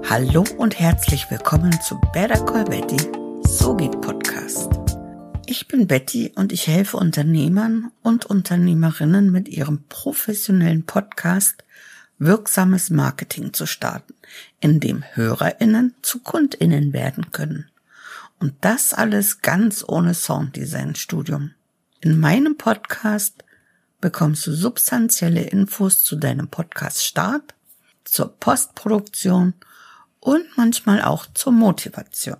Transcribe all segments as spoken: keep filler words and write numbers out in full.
Hallo und herzlich willkommen zu Better Call Betty, So geht Podcast. Ich bin Betty und ich helfe Unternehmern und Unternehmerinnen mit ihrem professionellen Podcast wirksames Marketing zu starten, in dem HörerInnen zu KundInnen werden können. Und das alles ganz ohne Sounddesign-Studium. In meinem Podcast bekommst du substanzielle Infos zu deinem Podcast-Start, zur Postproduktion und manchmal auch zur Motivation.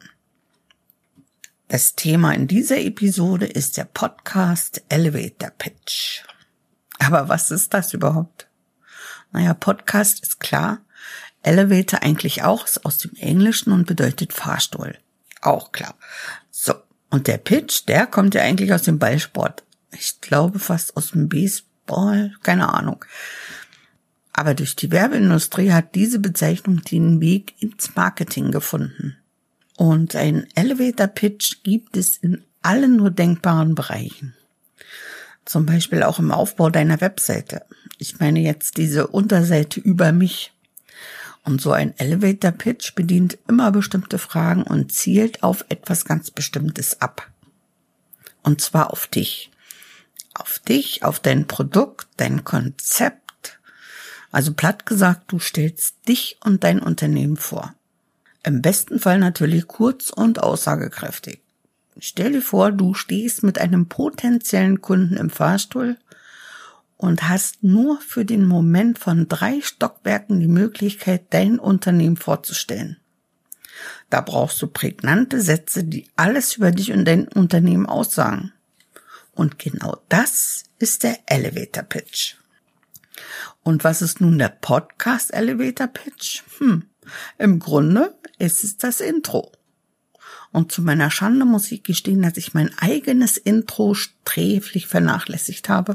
Das Thema in dieser Episode ist der Podcast Elevator Pitch. Aber was ist das überhaupt? Naja, Podcast ist klar, Elevator eigentlich auch, ist aus dem Englischen und bedeutet Fahrstuhl. Auch klar. So, und der Pitch, der kommt ja eigentlich aus dem Ballsport. Ich glaube fast aus dem Baseball, keine Ahnung. Aber durch die Werbeindustrie hat diese Bezeichnung den Weg ins Marketing gefunden. Und ein Elevator-Pitch gibt es in allen nur denkbaren Bereichen. Zum Beispiel auch im Aufbau deiner Webseite. Ich meine jetzt diese Unterseite über mich. Und so ein Elevator-Pitch bedient immer bestimmte Fragen und zielt auf etwas ganz Bestimmtes ab. Und zwar auf dich. Auf dich, auf dein Produkt, dein Konzept. Also platt gesagt, du stellst dich und dein Unternehmen vor. Im besten Fall natürlich kurz und aussagekräftig. Stell dir vor, du stehst mit einem potenziellen Kunden im Fahrstuhl und hast nur für den Moment von drei Stockwerken die Möglichkeit, dein Unternehmen vorzustellen. Da brauchst du prägnante Sätze, die alles über dich und dein Unternehmen aussagen. Und genau das ist der Elevator Pitch. Und was ist nun der Podcast Elevator Pitch? Hm, im Grunde ist es das Intro. Und zu meiner Schande muss ich gestehen, dass ich mein eigenes Intro sträflich vernachlässigt habe.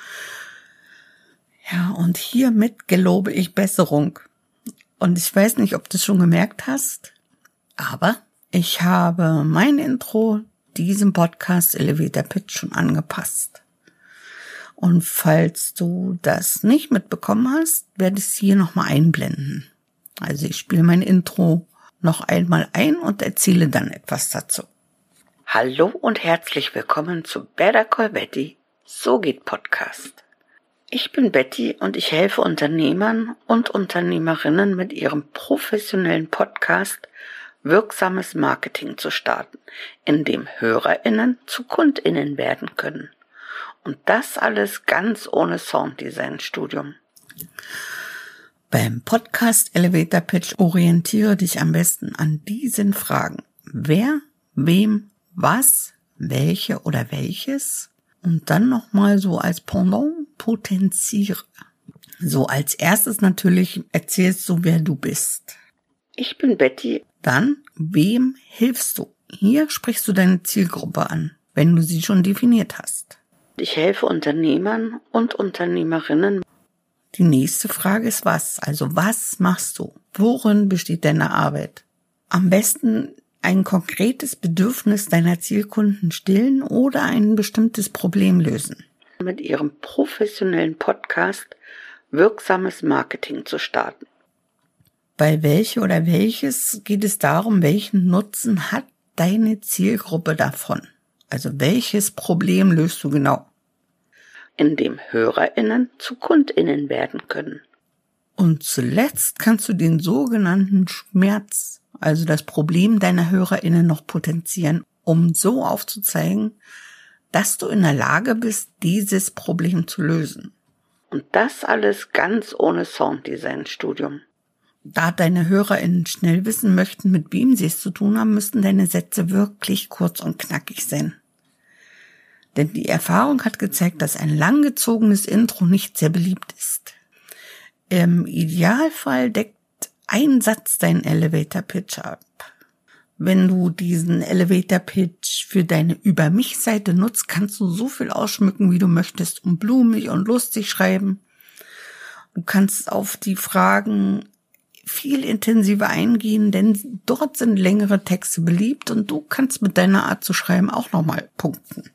Ja, und hiermit gelobe ich Besserung. Und ich weiß nicht, ob du es schon gemerkt hast, aber ich habe mein Intro diesem Podcast Elevator Pitch schon angepasst. Und falls du das nicht mitbekommen hast, werde ich es hier nochmal einblenden. Also ich spiele mein Intro noch einmal ein und erzähle dann etwas dazu. Hallo und herzlich willkommen zu Better Call Betty, So geht Podcast. Ich bin Betty und ich helfe Unternehmern und Unternehmerinnen mit ihrem professionellen Podcast wirksames Marketing zu starten, in dem HörerInnen zu KundInnen werden können. Und das alles ganz ohne Sounddesign-Studium. Beim Podcast Elevator Pitch orientiere dich am besten an diesen Fragen. Wer, wem, was, welche oder welches? Und dann nochmal so als Pendant potenziere. So als erstes natürlich erzählst du, wer du bist. Ich bin Betty. Dann, wem hilfst du? Hier sprichst du deine Zielgruppe an, wenn du sie schon definiert hast. Ich helfe Unternehmern und Unternehmerinnen. Die nächste Frage ist was? Also was machst du? Worin besteht deine Arbeit? Am besten ein konkretes Bedürfnis deiner Zielkunden stillen oder ein bestimmtes Problem lösen. Mit ihrem professionellen Podcast wirksames Marketing zu starten. Bei welche oder welches geht es darum, welchen Nutzen hat deine Zielgruppe davon? Also welches Problem löst du genau? In dem HörerInnen zu KundInnen werden können. Und zuletzt kannst du den sogenannten Schmerz, also das Problem deiner HörerInnen noch potenzieren, um so aufzuzeigen, dass du in der Lage bist, dieses Problem zu lösen. Und das alles ganz ohne Sounddesign-Studium. Da deine HörerInnen schnell wissen möchten, mit wem sie es zu tun haben, müssten deine Sätze wirklich kurz und knackig sein. Denn die Erfahrung hat gezeigt, dass ein langgezogenes Intro nicht sehr beliebt ist. Im Idealfall deckt ein Satz deinen Elevator-Pitch ab. Wenn du diesen Elevator-Pitch für deine Über-mich-Seite nutzt, kannst du so viel ausschmücken, wie du möchtest und blumig und lustig schreiben. Du kannst auf die Fragen viel intensiver eingehen, denn dort sind längere Texte beliebt und du kannst mit deiner Art zu schreiben auch nochmal punkten.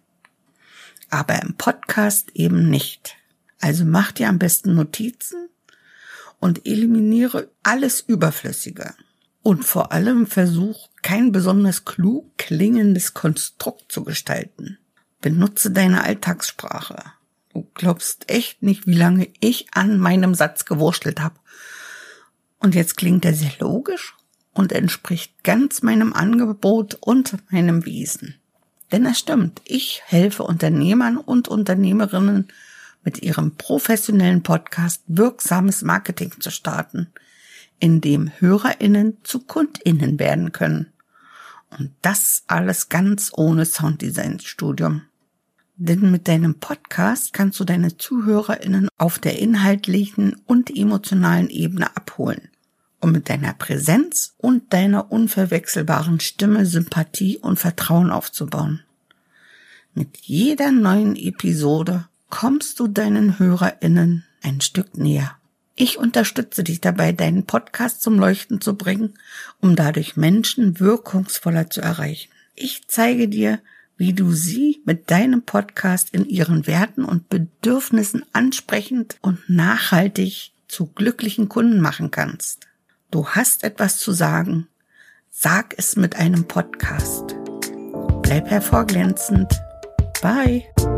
Aber im Podcast eben nicht. Also mach dir am besten Notizen und eliminiere alles Überflüssige. Und vor allem versuch, kein besonders klug klingendes Konstrukt zu gestalten. Benutze deine Alltagssprache. Du glaubst echt nicht, wie lange ich an meinem Satz gewurschtelt habe. Und jetzt klingt er sehr logisch und entspricht ganz meinem Angebot und meinem Wesen. Denn es stimmt, ich helfe Unternehmern und Unternehmerinnen mit ihrem professionellen Podcast wirksames Marketing zu starten, in dem HörerInnen zu KundInnen werden können. Und das alles ganz ohne Sounddesign-Studium. Denn mit deinem Podcast kannst du deine ZuhörerInnen auf der inhaltlichen und emotionalen Ebene abholen und mit deiner Präsenz und deiner unverwechselbaren Stimme Sympathie und Vertrauen aufzubauen. Mit jeder neuen Episode kommst du deinen HörerInnen ein Stück näher. Ich unterstütze dich dabei, deinen Podcast zum Leuchten zu bringen, um dadurch Menschen wirkungsvoller zu erreichen. Ich zeige dir, wie du sie mit deinem Podcast in ihren Werten und Bedürfnissen ansprechend und nachhaltig zu glücklichen Kunden machen kannst. Du hast etwas zu sagen, sag es mit einem Podcast. Bleib hervorglänzend. Bye.